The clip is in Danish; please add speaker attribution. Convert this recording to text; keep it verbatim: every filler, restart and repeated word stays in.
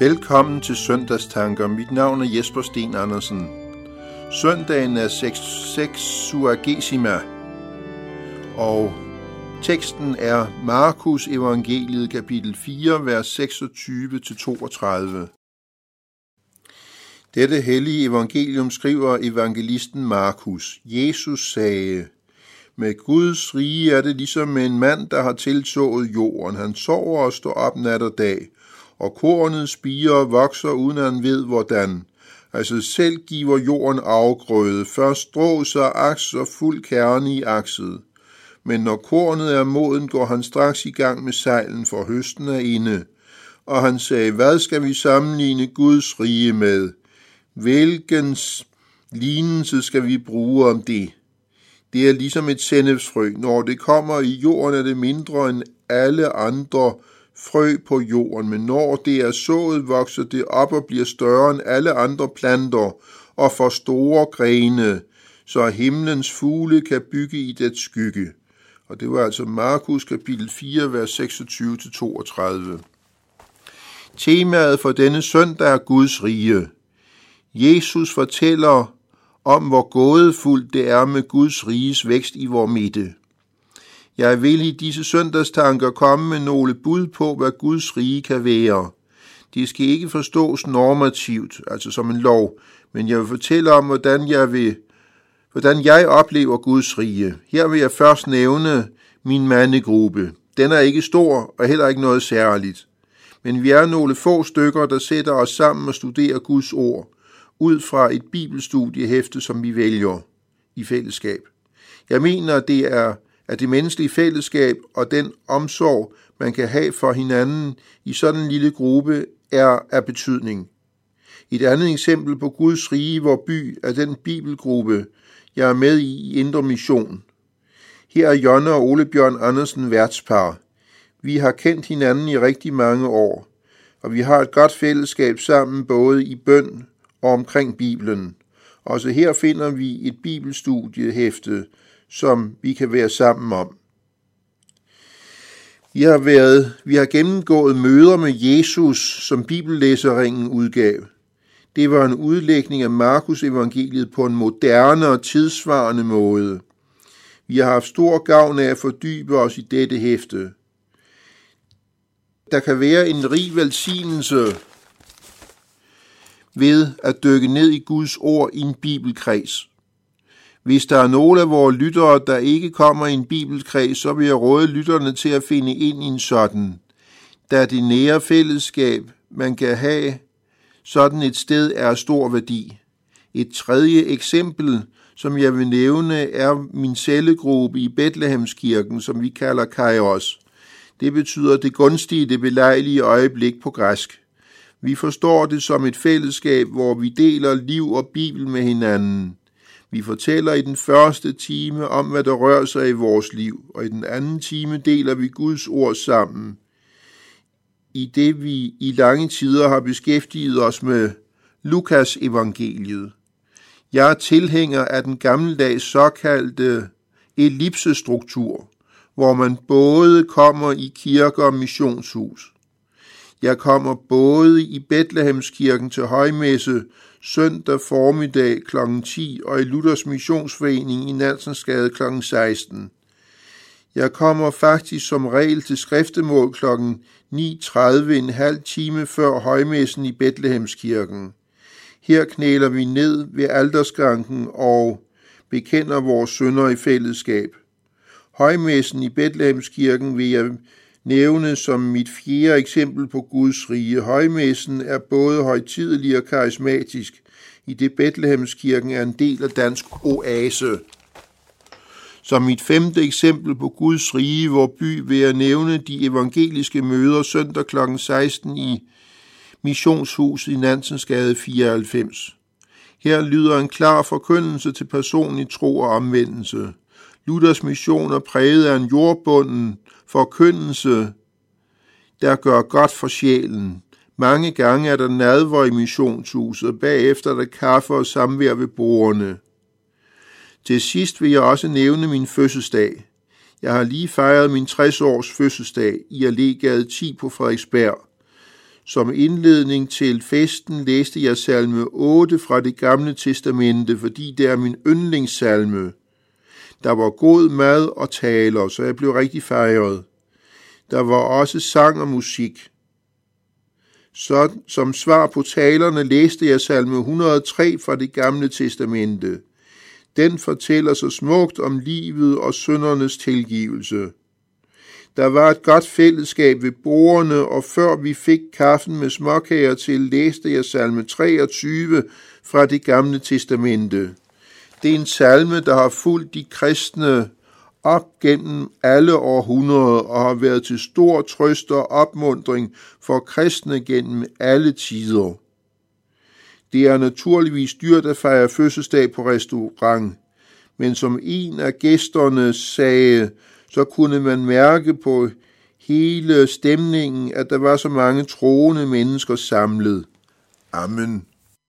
Speaker 1: Velkommen til Søndagstanker. Mit navn er Jesper Sten Andersen. Søndagen er Sextuagesima, og teksten er Markus Evangeliet kapitel fire, vers seksogtyve til toogtredive. Dette hellige evangelium skriver evangelisten Markus. Jesus sagde: Med Guds rige er det ligesom med en mand, der har tilsået jorden. Han sover og står op nat og dag, og kornet spirer og vokser, uden at han ved hvordan. Altså selv giver jorden afgrøde, først strå, så aks og fuld kerne i akset. Men når kornet er moden, går han straks i gang med sejlen, for høsten er inde. Og han sagde: Hvad skal vi sammenligne Guds rige med? Hvilkens lignelse skal vi bruge om det? Det er ligesom et sennepsfrø. Når det kommer i jorden, er det mindre end alle andre frø på jorden, men når det er sået, vokser det op og bliver større end alle andre planter og får store grene, så himlens fugle kan bygge i dets skygge. Og det var altså Markus kapitel fire, vers seksogtyve til toogtredive. Temaet for denne søndag er Guds rige. Jesus fortæller om, hvor gådefuldt det er med Guds riges vækst i vor midte. Jeg vil i disse søndagstanker komme med nogle bud på, hvad Guds rige kan være. Det skal ikke forstås normativt, altså som en lov, men jeg vil fortælle om, hvordan jeg, vil, hvordan jeg oplever Guds rige. Her vil jeg først nævne min mandegruppe. Den er ikke stor og heller ikke noget særligt. Men vi er nogle få stykker, der sætter os sammen og studerer Guds ord, ud fra et bibelstudiehæfte, som vi vælger i fællesskab. Jeg mener, det er at det menneskelige fællesskab og den omsorg, man kan have for hinanden i sådan en lille gruppe, er af betydning. Et andet eksempel på Guds rige, hvor by, er den bibelgruppe, jeg er med i i Indre Mission. Her er Jonna og Ole Bjørn Andersen værtspar. Vi har kendt hinanden i rigtig mange år, og vi har et godt fællesskab sammen, både i bøn og omkring Bibelen. Også her finder vi et bibelstudiehæfte, som vi kan være sammen om. Vi har, været, vi har gennemgået møder med Jesus, som bibellæserringen udgav. Det var en udlægning af Markus evangeliet på en moderne og tidsvarende måde. Vi har haft stor gavn af at fordybe os i dette hæfte. Der kan være en rig velsignelse ved at dykke ned i Guds ord i en bibelkreds. Hvis der er nogle af vores lyttere, der ikke kommer i en bibelkreds, så vil jeg råde lytterne til at finde ind i en sådan, da det nære fællesskab, man kan have sådan et sted, er af stor værdi. Et tredje eksempel, som jeg vil nævne, er min cellegruppe i Betlehemskirken, som vi kalder Kairos. Det betyder det gunstige, det belejlige øjeblik på græsk. Vi forstår det som et fællesskab, hvor vi deler liv og Bibel med hinanden. Vi fortæller i den første time om, hvad der rører sig i vores liv, og i den anden time deler vi Guds ord sammen. I det vi i lange tider har beskæftiget os med Lukas evangeliet. Jeg er tilhænger af den gammeldags såkaldte ellipsestruktur, hvor man både kommer i kirker og missionshus. Jeg kommer både i Betlehemskirken til højmesse søndag formiddag klokken ti og i Luthers Missionsforening i Nansensgade klokken seksten. Jeg kommer faktisk som regel til skriftemål klokken ni tredive, en halv time før højmessen i Betlehemskirken. Her knæler vi ned ved alterskranken og bekender vores synder i fællesskab. Højmessen i Betlehemskirken vil jeg nævne som mit fjerde eksempel på Guds rige. Højmessen er både højtidelig og karismatisk, i det Betlehemskirken er en del af dansk oase. Som mit femte eksempel på Guds rige, hvor by, vil jeg nævne de evangeliske møder søndag klokken seksten i Missionshuset i Nansensgade fireoghalvfems. Her lyder en klar forkyndelse til personlig tro og omvendelse. Luthers mission er præget af en jordbunden forkyndelse, der gør godt for sjælen. Mange gange er der nadver i missionshuset, og bagefter er der kaffe og samvær ved bordene. Til sidst vil jeg også nævne min fødselsdag. Jeg har lige fejret min tres års fødselsdag i Allégade ti på Frederiksberg. Som indledning til festen læste jeg salme otte fra det gamle testamente, fordi det er min yndlingssalme. Der var god mad og taler, så jeg blev rigtig fejret. Der var også sang og musik. Så som svar på talerne læste jeg salme et hundrede og tre fra det gamle testamente. Den fortæller så smukt om livet og syndernes tilgivelse. Der var et godt fællesskab ved bordene, og før vi fik kaffen med småkager til, læste jeg salme treogtyve fra det gamle testamente. Det er en salme, der har fulgt de kristne op gennem alle århundreder og har været til stor trøst og opmuntring for kristne gennem alle tider. Det er naturligvis dyrt at fejre fødselsdag på restaurant, men som en af gæsterne sagde, så kunne man mærke på hele stemningen, at der var så mange troende mennesker samlet. Amen.